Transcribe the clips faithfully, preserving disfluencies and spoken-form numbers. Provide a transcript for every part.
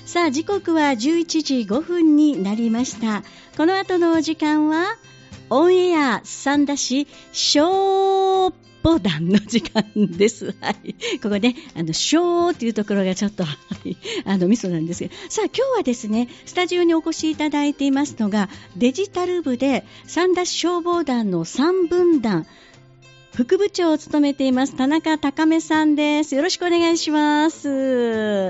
さあ時刻はじゅういちじごふんになりました。この後のお時間はオンエア三田市消防団の時間です。はい、ここね、あの消っていうところがちょっと、はい、あのミソなんですけど、さあ今日はですね、スタジオにお越しいただいていますのがデジタル部で三田市消防団の三分団副部長を務めています田中高めさんです。よろしくお願いします。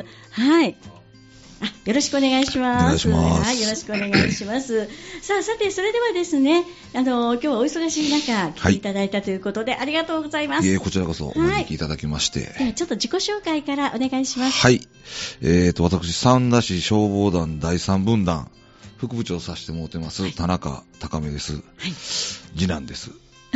はい、あ、よろしくお願いします。 お願いします。 はい、よろしくお願いします。さあ、さて、それではですね、あの、今日はお忙しい中、来ていただいたということで、はい、ありがとうございます。 いえ、こちらこそお招きいただきまして。 はい、では、ちょっと自己紹介からお願いします。 はい。えーと、私、三田市消防団第三分団、副部長をさせてもらってます、はい、田中高めです。はい。次男です。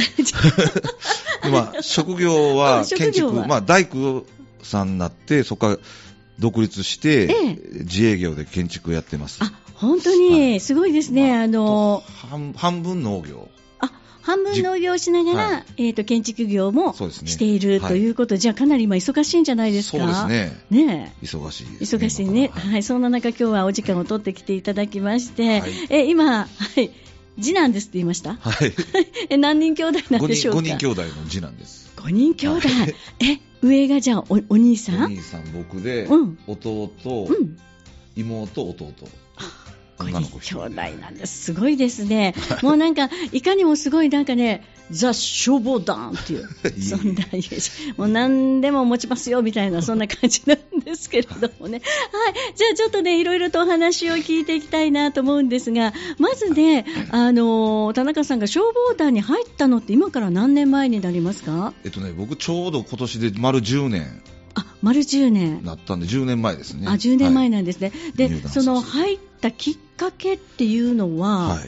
今、職業は建築、まあ、大工さんになって、そこから、独立して、ええ、自営業で建築をやってます。 あ、本当にすごいですね。まあ、あの半、半分農業。 あ、半分農業をしながら、はい、えーと、建築業もしている、ね、ということ、はい、じゃあかなり今忙しいんじゃないですか。 そうですね。 ねえ、 忙しいですね。 忙しいね。はい、はい、そんな中今日はお時間を取ってきていただきまして、はい、え今、はい、次男ですって言いました。 はい。 え、何人兄弟なんでしょうか。 ごにん兄弟の次男です。 ごにん兄弟。はい、え、上がじゃあ お, お兄さんお兄さん僕で、うん、弟、うん、妹、弟。 ごにん兄弟なんです。すごいですね。もうなんかいかにもすごいなんかね、ザ消防団っていうそんなイメージ、もう何でも持ちますよみたいなそんな感じなんですけれどもね。はい、じゃあちょっとね、いろいろとお話を聞いていきたいなと思うんですが、まずね、あの田中さんが消防団に入ったのって今から何年前になりますか。 えっとね、僕ちょうど今年で丸じゅうねん。 あ、丸じゅうねんなったんでじゅうねんまえですね。 あ、じゅうねんまえなんですね。はい、で、その入ったきっかけっていうのは、 はい、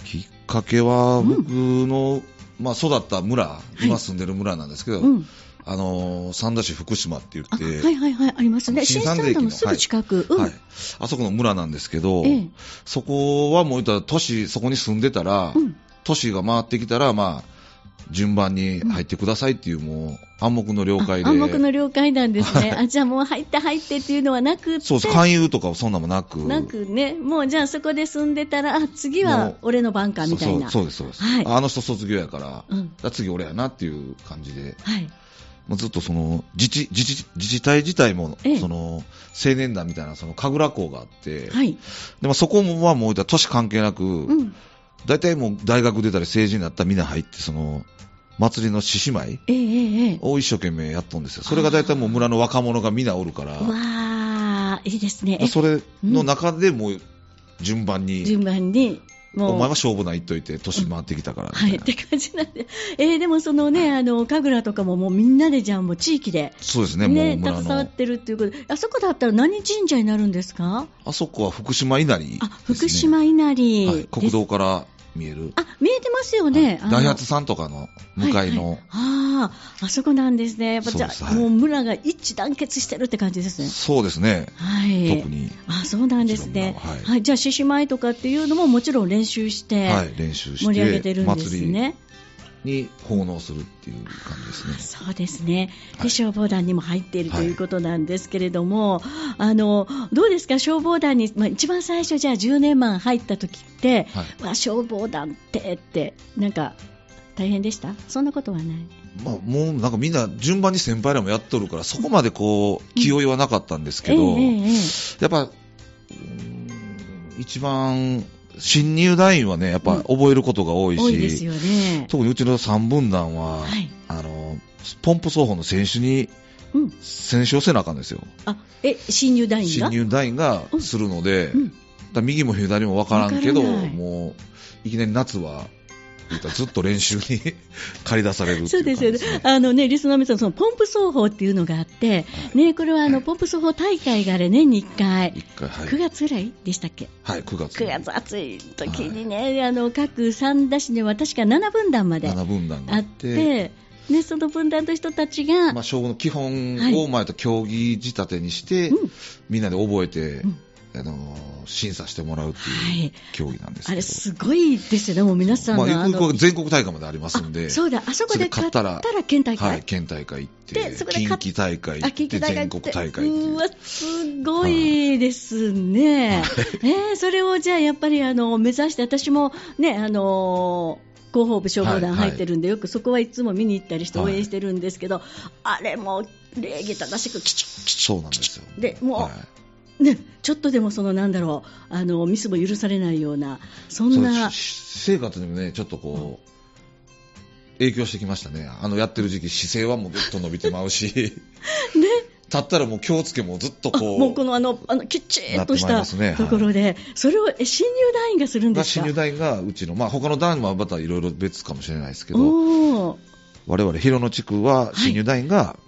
きっかけは僕の、うん、まあ、育った村、はい、今住んでる村なんですけど、うん、あの三田市福島って言って、 あ、はいはいはい、ありますね。新三田のすぐ近く、はいうんはい、 あそこの村なんですけど、ええ、そこはもう言ったら都市、そこに住んでたら、うん、都市が回ってきたら、まあ順番に入ってくださいっていう、もう暗黙の了解で。 暗黙の了解なんですね。あ、じゃあもう入って入ってっていうのはなくて。 そうです。勧誘とかそんなもなく。 なくね。もうじゃあそこで住んでたら、あ、次は俺の番かみたいな。 そうそうですそうです。はい、あの人卒業やから、うん、次俺やなっていう感じで。はい。もうずっとその自治自治自治体自体も、ええ、その青年団みたいなその神楽校があって、はい。でもそこはもう年関係なく、うん、大体もう大学出たり成人になったらみんな入ってその。祭りの獅子舞を一生懸命やっとんですよ。それが大体もう村の若者がみんなおるから。 わー、いいですね。 それの中でもう順番に、 順番にもうお前は勝負な言っといて年回ってきたからみたいな、 はいって感じなんで、えー、でもそのね、あの神楽とかももうみんなでじゃあもう地域で、 そうですね、 ね、 もう村の携わってるっていうことで、あそこだったら何神社になるんですか。 あそこは福島稲荷ですね。 あ、福島稲荷、はい、 国道から見える。 あ、見えてますよね。 ダイハツさんとかの向かいの、はいはい、 ああ、あそこなんですね。やっぱじゃあ、はい、もう村が一致団結してるって感じですね。 そうですね。はい。特に。 あ、そうなんですね。はい。はい、じゃあ獅子舞とかっていうのももちろん練習して、はい、練習して盛り上げてるんですね。 に奉納するっていう感じですね。 そうですね。で、消防団にも入っているということなんですけれども、はい、あのどうですか、消防団に、まあ、一番最初じゃあじゅうねんまえ入った時って、はい、まあ、消防団ってってなんか大変でした？そんなことはない。 まあ、もうなんかみんな順番に先輩らもやっとるからそこまでこう気負いはなかったんですけど、うんえーえー、やっぱ一番新入団員はね、やっぱ覚えることが多いし、うん、多いですよね。特にうちの三分団は、はい、あのポンプ奏法の選手に、うん、選手をせなあかんですよ。 あ、え、新入団員が新入団員がするので、うん、だ右も左も分からんけど、もういきなり夏はずっと練習に駆り出されるっていう感じですね。そうですよね。 あのね、リスナーの皆さん、そのポンプ奏法っていうのがあって、はい、ね、これはあの、はい、ポンプ奏法大会があれ年にいっかい、いっかい、はい、くがつぐらいでしたっけ。 はい、くがつ。 くがつ暑い時にね、はい、あの各三田市では確かなな分団まであって、なな分団があって、ね、その分団の人たちが、 まあ、消防の基本を前と競技仕立てにして、はい、うん、みんなで覚えてあの審査してもらうっていう競技なんですけど、はい、あれすごいですよね。もう皆さんが、 まあ、行く全国大会までありますんで、 そうだ、あそこで勝ったら県大会、 はい、県大会行って近畿大会行って全国大会っていう、 うわすごいですね、はい、えー、それをじゃあやっぱりあの目指して、私もね、あの広報部消防団入ってるんで、はいはい、よくそこはいつも見に行ったりして応援してるんですけど、はい、あれも礼儀正しくきちっきちっ、 そうなんですよ。 でもう、はい、ね、ちょっとでもそのなんだろう、あのミスも許されないような、そんな生活にもねちょっとこう影響してきましたね。あのやってる時期姿勢はもうぐっと伸びてまうしね、立ったらもう気をつけもずっとこうもうこのあのあのきっちりとしたところで、はい、それをえ新入団員がするんですか。 新入団員がうちの、まあ、他の団員はまたいろいろ別かもしれないですけど、我々広野地区は新入団員が、はい、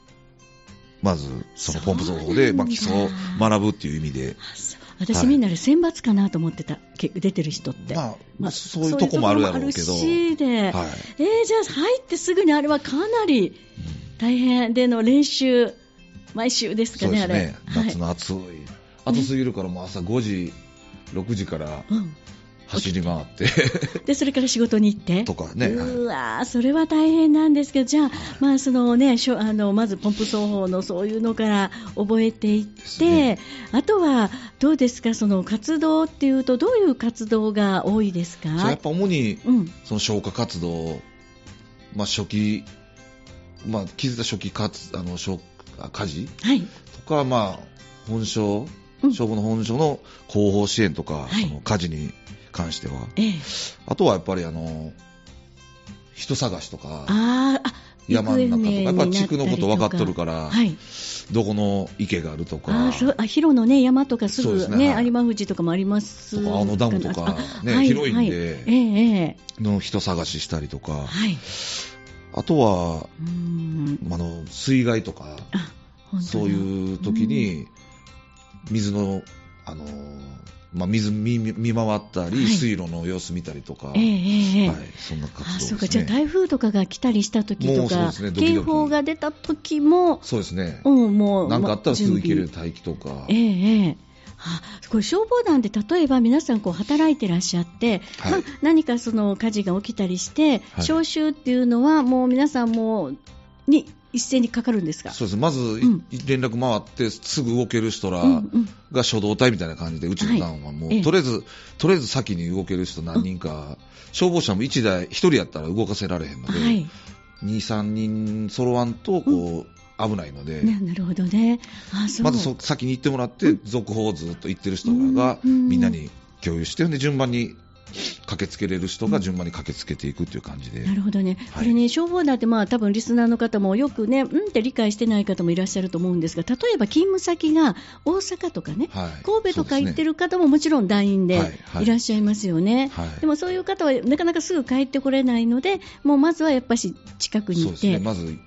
まずそのポンプ奏法で、まあ、基礎を学ぶっていう意味で、 私、はい、みんなで選抜かなと思ってた、出てる人って、 まあまあ、そういうとこもあるやろうけど、 そういうとこもあるしで、はい、えー、じゃあ入ってすぐにあれはかなり大変での練習、毎週ですかね、 そうですね、 あれ夏の暑い、はい、暑すぎるからもう朝ごじ、ろくじから走り回って、 うん、でそれから仕事に行ってとかね、 うわ、それは大変なんですけど、じゃあ、はい、まあそのね、しょあのまずポンプ奏法のそういうのから覚えていって、ね、あとはどうですか、その活動っていうとどういう活動が多いですか。 やっぱ主に、うん、その消火活動、まあ、初期、まあ、気づいた初期活あの消火事、はい、とか、まあ、本省、うん、消防の本省の後方支援とか、はい、その火事に関しては、ええ、あとはやっぱりあの人探しとか、ああ山の中とか、やっぱり地区のこと分かっとるから、はい、どこの池があるとか、 あそうあ広野ね、山とかすぐね、有馬富士とかもありますとか、青野ダムとか、ね、はい、広いんで、はい、ええ、の人探ししたりとか、はい、あとはうん、あの水害とか、そういう時に水の、あのまあ、水 見, 見回ったり、はい、水路の様子見たりとか、えーはい、そんな活動ですね。あそうか、 じゃあ台風とかが来たりした時とか、ね、警報が出た時も、 そうですね、 うん、もうなんかあったらすぐ行ける待機とか、 えーえーはあ、これ消防団で例えば皆さんこう働いてらっしゃって、はい、まあ、何かその火事が起きたりして、はい、招集っていうのはもう皆さんもに一斉にかかるんですか。 そうです。まず、うん、連絡回ってすぐ動ける人らが初動隊みたいな感じで、うちの団はもう、はい、とりあえずとりあえず先に動ける人何人か、うん、消防車もいちだいひとりやったら動かせられへんので、はい、にさんにん揃わんとこう、うん危ないので、 ね、なるほどね。あそうまずそ先に行ってもらって、うん、続報をずっと言ってる人らがみんなに共有して、で順番に駆けつけれる人が順番に駆けつけていくっていう感じで、うん、 なるほどね、はい、これね、消防団ってまあ多分リスナーの方もよくね、うんって理解してない方もいらっしゃると思うんですが、例えば勤務先が大阪とかね、はい、神戸とか行ってる方ももちろん団員でいらっしゃいますよね、はいはい、でもそういう方はなかなかすぐ帰ってこれないので、もうまずはやっぱり近くに行って、そうですね、まず行って、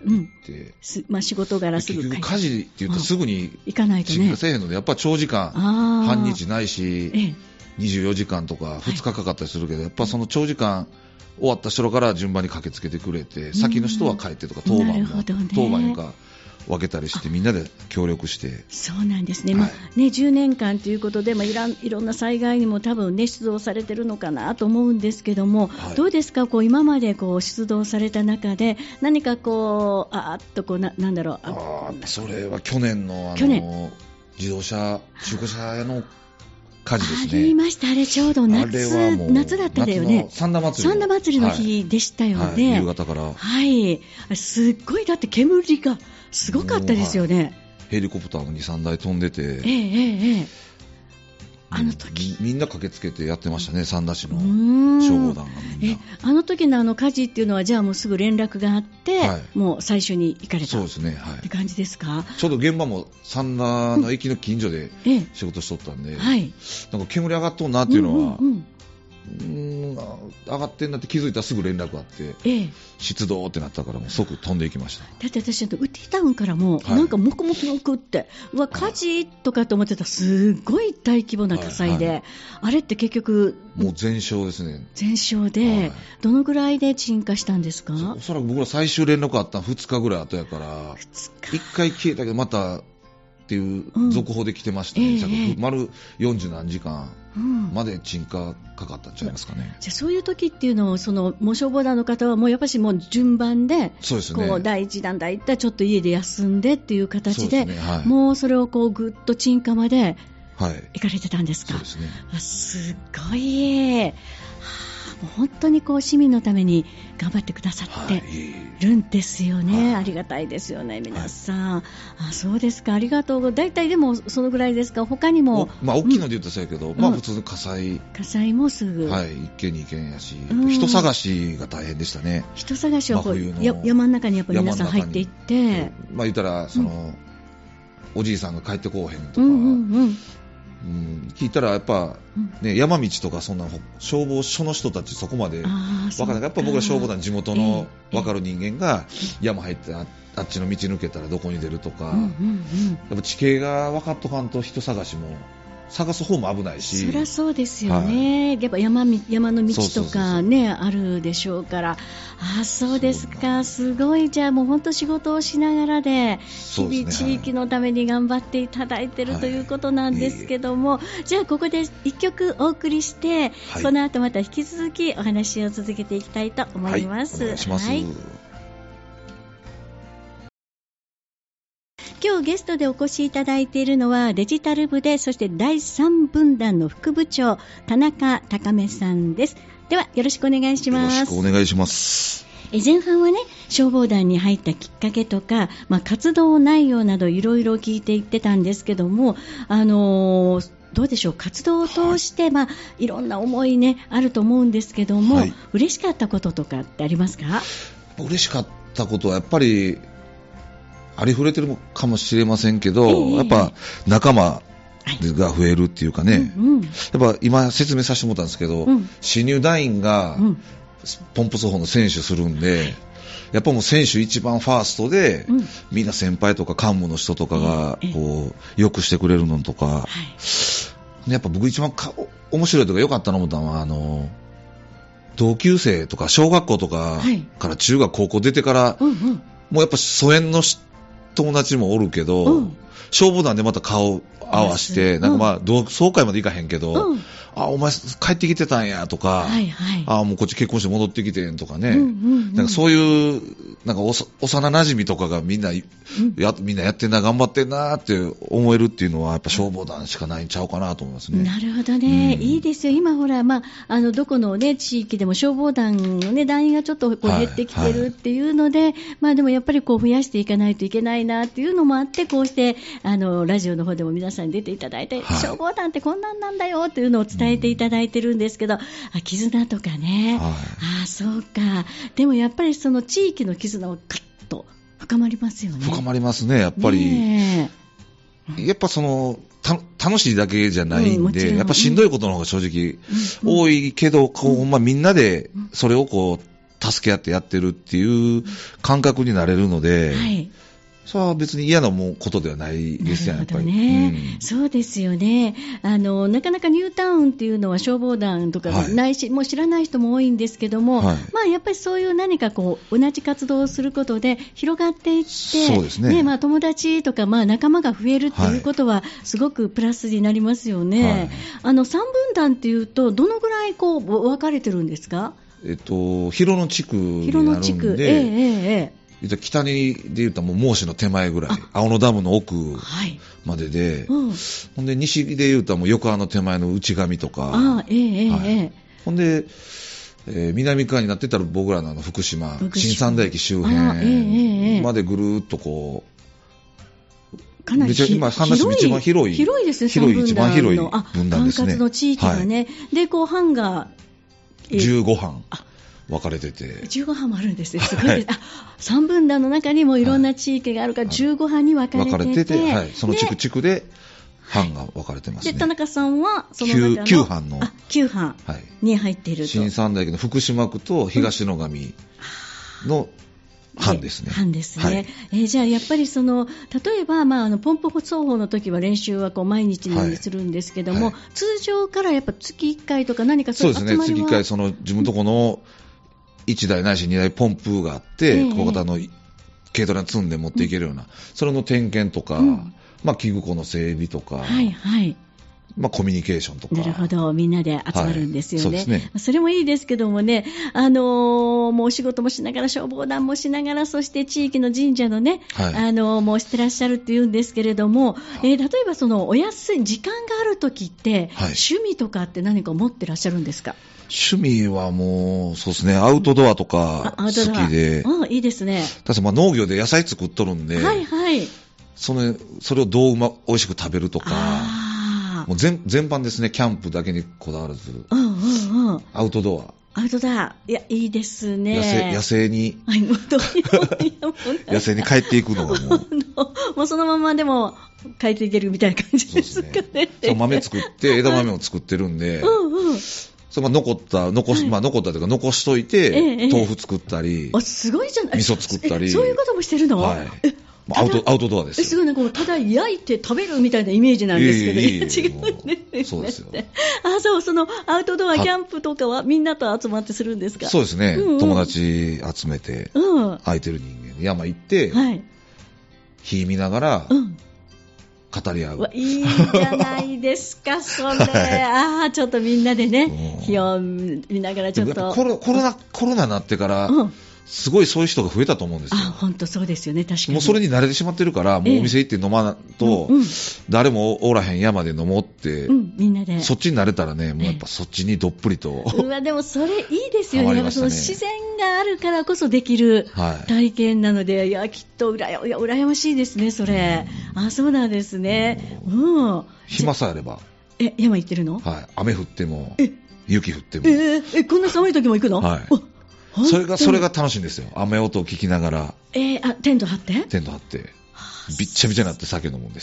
うんまあ、仕事柄すぐ帰って、 火事って言うとすぐに行かないとね、 せえへんので、やっぱ長時間半日ないし、ええにじゅうよじかんとかふつかかかったりするけど、はい、やっぱその長時間終わった人から順番に駆けつけてくれて、先の人は帰ってとか当番も、ね、当番か分けたりしてみんなで協力して。 そうなんですね、はい、まあ、ねじゅうねんかんということで、まあ、い, らんいろんな災害にも多分、ね、出動されてるのかなと思うんですけども、はい、どうですか、こう今までこう出動された中で何かこうあーっとこう な, なんだろうああそれは去年の、あの去年自動車中古車屋の火事ですね。 ありました。あれちょうど 夏, 夏だったんだよね。 三田祭り三田祭りの日でしたよね、はいはい、夕方から。 はい。すっごい、だって煙がすごかったですよね、はい、 ヘリコプターもにさんだい飛んでて、ええええ、あの時みんな駆けつけてやってましたね、三田市の消防団がみんな。 えあの時のあの火事っていうのは、じゃあもうすぐ連絡があって、はい、もう最初に行かれた。 そうですね、はい、 って感じですか。 ちょうど現場も三田の駅の近所で仕事しとったんで、うんええはい、なんか煙上がっとんなっていうのは、うんうんうんうーん上がってんなって気づいたらすぐ連絡があって、ええ、出動ってなったからもう即飛んでいきました。 だって私ウッディタウンからもなんかモクモクモクって、はい、うわ火事とかと思ってたらすごい大規模な火災で、はいはい、あれって結局もう全焼ですね。 全焼で、はい、どのぐらいで鎮火したんですか。 おそらく僕ら最終連絡あったのふつかぐらい後やから、いっかい消えたけどまたっていう続報で来てましたね、うんえー、丸よんじゅうなんじかんまで鎮火かかったんちゃいますかね、うん、 じゃあそういう時っていうのをそのもう消防団の方はもうやっぱしもう順番でそうですね、 こうだいいちだんだい行ったらちょっと家で休んでっていう形で、ねはい、もうそれをこうぐっと鎮火まで行かれてたんですか。 そうですね、 すごい、はあ、もう本当にこう市民のために頑張ってくださってるんですよね、はい、ありがたいですよね皆さん、はい、あそうですか、ありがとう。だいたいでもそのぐらいですか。他にもまあ、大きいので言うとそうやけど、うん、まあ普通の火災火災もすぐ、 はい、一軒二軒やし、うん、人探しが大変でしたね。 人探しはこう、まあ、や山の中にやっぱり皆さん入っていって、 まあ言ったらその、うん、おじいさんが帰ってこうへんとか、うんうんうんうん、聞いたらやっぱ、ね、山道とかそんな消防署の人たちそこまで分からない。やっぱ僕ら消防団地元の分かる人間が山入ってあっちの道抜けたらどこに出るとか、うんうんうん、やっぱ地形が分かっとかんと人探しも探す方も危ないし。 そりゃそうですよね、はい、やっぱ 山, 山の道とかねあるでしょうから。あそうですか、すごい。じゃあもう本当仕事をしながらで日々地域のために頑張っていただいている、はい、ということなんですけども、はい、じゃあここでいっきょくお送りして、はい、この後また引き続きお話を続けていきたいと思います、 はい、お願いします、はい。 今日ゲストでお越しいただいているのはデジタル部でそしてだいさん分団の副部長田中高めさんです。ではよろしくお願いします。 よろしくお願いします。 え前半はね消防団に入ったきっかけとか、まあ、活動内容などいろいろ聞いていってたんですけども、あのー、どうでしょう、活動を通して、はいまあ、いろんな思いねあると思うんですけども、はい、嬉しかったこととかってありますか？ 嬉しかったことはやっぱりありふれてるかもしれませんけど、えー、やっぱ仲間が増えるっていうかね、はいうんうん、やっぱ今説明させてもらったんですけど、うん、新入団員がポンプ奏法の選手するんで、はい、やっぱもう選手一番ファーストで、うん、みんな先輩とか幹部の人とかがこうよくしてくれるのとか、はい、やっぱ僕一番か面白いとか良かったの思ったのはあの同級生とか小学校とかから中学高校出てから、はいうんうん、もうやっぱ疎遠の友達もおるけど、うん、消防団でまた顔合わせて、なんかまあ同窓会まで行かへんけど、うん、あお前帰ってきてたんやとか、はいはい、あもうこっち結婚して戻ってきてんとかね、うんうんうん、なんかそういうなんかお幼馴染とかがみんな、うん、やみんなやってんな頑張ってんなって思えるっていうのはやっぱ消防団しかないんちゃうかなと思いますね。 なるほどね、うん、いいですよ。今ほら、まあ、あのどこの、ね、地域でも消防団の、ね、団員がちょっとこう減ってきてるっていうので、はいはいまあ、でもやっぱりこう増やしていかないといけないなっていうのもあってこうしてあのラジオの方でも皆さんに出ていただいて、はい、消防団ってこんなんなんだよっていうのを伝えていただいてるんですけど、うん、あ絆とかね、はい、あそうか。でもやっぱりその地域の絆をカッと深まりますよね。 深まりますねやっぱり、ねうん、やっぱそのた楽しいだけじゃないんで、うん、やっぱしんどいことの方が正直、うん、多いけどこう、うんまあ、みんなでそれをこう助け合ってやってるっていう感覚になれるので、はいそれは別に嫌なもことではないですよね。 なるほどね、うん、そうですよね。あのなかなかニュータウンっていうのは消防団とかないし、はい、もう知らない人も多いんですけども、はいまあ、やっぱりそういう何かこう同じ活動をすることで広がっていってそうですね、ねまあ、友達とか、まあ、仲間が増えるっていうことはすごくプラスになりますよね、はい、あの三分団っていうとどのぐらいこう分かれてるんですか？ えっと、広野地区になるんで、広野地区、ええええ北にで言うともう孟子の手前ぐらい青野ダムの奥までで、はいうん、ほんで西で言うともう横浜の手前の内上とかあ、えーはいえー、ほんで、えー、南側になってたら僕らのあの福島新三田駅周辺までぐるっとこうかなり今三田市の一番広い広いですね。 広い一番広い分断ですね。 管轄の地域がね、はい、でこう班が、 えー、じゅうごはん分かれててじゅうごはんもあるんですよ。すごいです、はい、あさん分団の中にもいろんな地域があるから、はい、じゅうごはんに分かれてて、分かれてて、はい、 その地区地区で班が分かれてますね。 で田中さんはその中のきゅう班のあきゅう班に入っていると、 新三田駅の福島区と東野上の班ですね。 班ですね、はいえー、じゃあやっぱりその例えば、まあ、あのポンプ奏法の時は練習はこう毎日のようにするんですけども、はいはい、通常からやっぱ月いっかいとか何かそういう集まりはそうですね。月いっかいその自分のとこのいちだいないしにだいポンプがあって、えー、小型の軽トラに積んで持っていけるような、うん、それの点検とか、うん、 まあ、器具庫の整備とか、 はいはい、 まあ、コミュニケーションとか。 なるほど、みんなで集まるんですよね。 はい、そうですね。 それもいいですけどもね、あのー、もうお仕事もしながら、消防団もしながら、そして地域の神社のね、はい、あのー、もうしてらっしゃるっていうんですけれども、はい、えー、例えばそのお休み、時間があるときって、はい、趣味とかって何か持ってらっしゃるんですか？ 趣味はもう、そうですね、アウトドアとか好きで。 あ、いいですね。 ただまあ農業で野菜作っとるんで、 はいはい。 それ、それをどううま、美味しく食べるとか、もう 全, 全般ですね、キャンプだけにこだわらず、うんうんうん、アウトドア。 アウトドア。いや、いいですね。 野生、野生に、野生に帰っていくのがもう。 もうそのままでも帰っていけるみたいな感じですかね。そうですね。 そう、豆作って、枝豆を作ってるんで、うんうん、その残った、残し、はい、まあ残ったというか残しといて、ええ、豆腐作ったり、 あ、すごいじゃない。 味噌作ったり。 そういうこともしてるの？はい。 アウト、アウトドアです。 すごいね、こうただ焼いて食べるみたいなイメージなんですけど、いやいやいや違うんですね。 そうですよ。 あ、そう、そのアウトドアキャンプとかはみんなと集まってするんですか？ そうですね、うんうん、友達集めて、うん、空いてる人間で山行って、はい、火見ながら、うん、語り合う。 いいじゃないですか、それ。ああ、ちょっとみんなでね、火を見ながらちょっと。 コロ、コロナ、コロナになってから、うん、すごいそういう人が増えたと思うんですよ。 あ、本当そうですよね、確かに。 もうそれに慣れてしまってるから、もうお店行って飲まなと、ええうんうん、誰もおらへん山で飲もうって、うん、みんなで。そっちに慣れたらね、もうやっぱそっちにどっぷりと。 うわ、でもそれいいですよね。やっぱその自然があるからこそできる体験なので、はい、いや、きっとうらや、いや、羨ましいですね、それ。うん、あ、そうなんですね。うん。 暇さえあれば。 え、山行ってるの？ はい。雨降っても、雪降っても。 えー、え、こんな寒い時も行くの？ はい。それが、それが楽しいんですよ。雨音を聞きながら。 えー、あ、テント張ってテント張って。びっちゃびちゃになって酒飲むんです。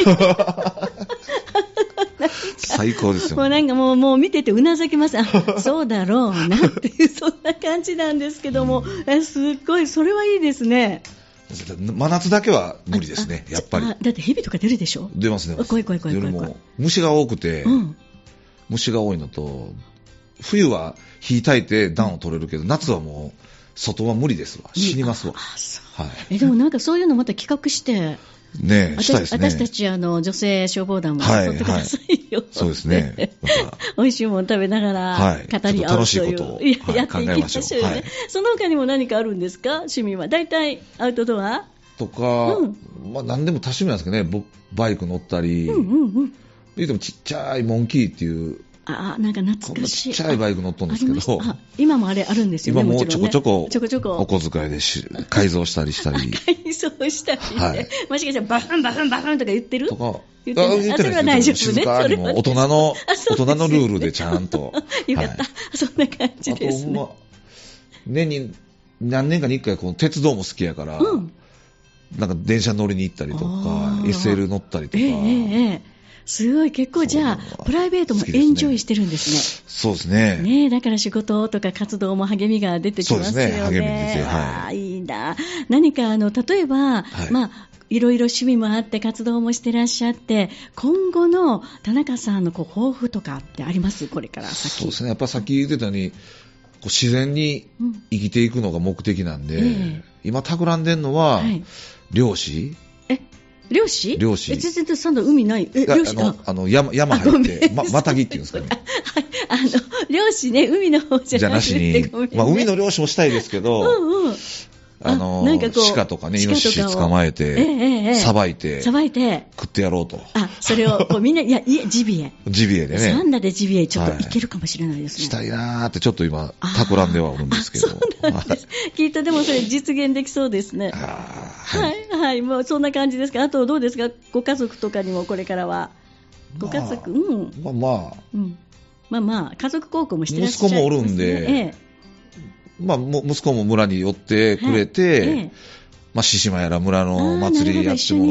最高ですよ、ね。 もうなんかもう、もう見ててうなずきます。あ、そうだろうなっていう、そんな感じなんですけども、うん、えすっごい、それはいいですね。 真夏だけは無理ですね、やっぱり。 だって蛇とか出るでしょ？ 出ますね。 怖い怖い怖い怖い怖い。 虫が多くて、うん、虫が多いのと、冬は火焚いて暖を取れるけど、夏はもう外は無理ですわ。死にますわ。 あ、そう。はい、えでもなんかそういうのまた企画して、 ねえ、したいですね。 私たちあの女性消防団も誘ってくださいよ。はいはい、 そうですね。また美味しいもの食べながら語り合うという、はい、楽しいことをや, やっていきましょうね。はい、その他にも何かあるんですか？趣味は。大体アウトドアとか、うん、まあ何でも多趣味なんですけどね。バイク乗ったり、うんうんうん、言うてもちっちゃいモンキーっていう。 あ、なんか懐かしい。 ちっちゃいバイク乗っとるんですけど、 あ今もあれあるんですよね。 今もうちょこちょこ、 ね、ちょこちょこお小遣いでし改造したりしたり。 改造したりして、はい、もしかしたらバフンバフンバフンとか言ってるとか言ってる。あ、それは大丈夫ね。 静かにも大人の、大人のルールでちゃんと。 よかった、はい。そんな感じですね。あと、まあ、年に何年かにいっかいこの鉄道も好きやから、うん、なんか電車乗りに行ったりとか、エスエル 乗ったりとか。えーえーすごい、結構じゃあプライベートもエンジョイしてるんですね。 そうですね。 ね、だから仕事とか活動も励みが出てきますよね。 そうですね、励みですよ。 はい。いいな。何かあの例えば、はい、まあいろいろ趣味もあって活動もしてらっしゃって、今後の田中さんのこう抱負とかってあります？これから先。 そうですね。やっぱさっき言ってたように、こう自然に生きていくのが目的なんで、うんえー、今企んでるのは、はい、漁師。え漁師漁師。 え、全然そんな海ない。え、漁師あの、あの山、山入って、ま、またぎっていうんですかね。 はい。あの、漁師ね、海の方じゃなくて。 じゃなしに。まあ、海の漁師もしたいですけど、うんうん。あの、なんかこう鹿とかね、イノシシ捕まえて、さば、ええええ、いて、さばいて、食ってやろうと。 あ、それを、こうみんな、いや、いえ、ジビエ。 ジビエでね。 サンダでジビエ、ちょっといけるかもしれないですね。 したいなーって、ちょっと今、企んではおるんですけど。 そうなんです。きっとでもそれ実現できそうですね。 あはい、はい、はい。もうそんな感じですか。あとどうですか、ご家族とかにもこれからは。ご家族、まあ、うん。 まあまあ。うん。 まあまあ、家族孝行もしてらっしゃる、ね。 息子もおるんで、ええ。まあ、息子も村に寄ってくれて、はいええ、まあ、獅子舞やら村の祭りやってもらって、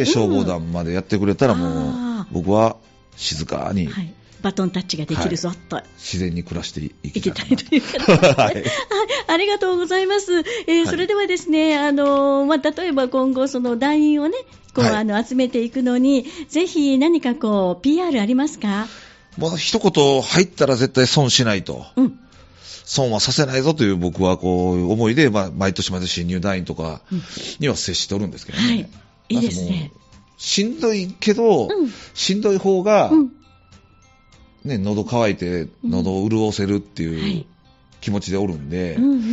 消防団までやってくれたらもう、僕は静かに、はい、 バトンタッチができるぞと、はい、 自然に暮らしていきたいいという形で、はい、ありがとうございます。えーはい、それではですね、あのまあ、例えば今後その団員をね、こう、はい、あの集めていくのに、ぜひ何かこう ピーアール ありますか？ もう一言入ったら絶対損しないと。うん、損はさせないぞという僕はこう思いで、まあ、毎年毎年新入団員とかには接しておるんですけどね。はい、 いいですね。 しんどいけど、うん、しんどい方が、うんね、喉乾いて喉を潤せるっていう気持ちでおるんで、うんうんうん、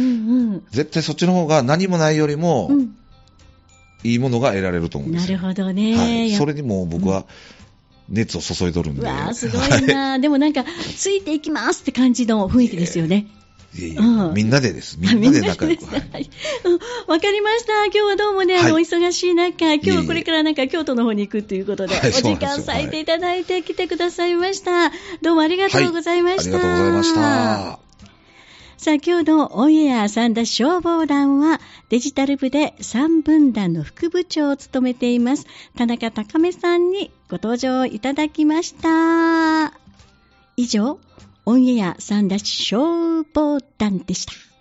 絶対そっちの方が何もないよりも、うん、いいものが得られると思うんですよ。 なるほどね、 はい、それにも僕は熱を注いどるんで、 うん、わーすごいな、はい、でもなんかついていきますって感じの雰囲気ですよね。 いやいや、うん、みんなでです。みんなで仲良く。わ、はい、 かりました。今日はどうもね、あの、はい、お忙しい中、今日はこれからなんか京都の方に行くということで、はい、お時間割いていただいて来てくださいました。どうもありがとうございました。 はい、ありがとうございました。 さあ、今日のオンエア三田消防団は、デジタル部で三分団の副部長を務めています、田中高めさんにご登場いただきました。以上、オンエア三田消防団でした。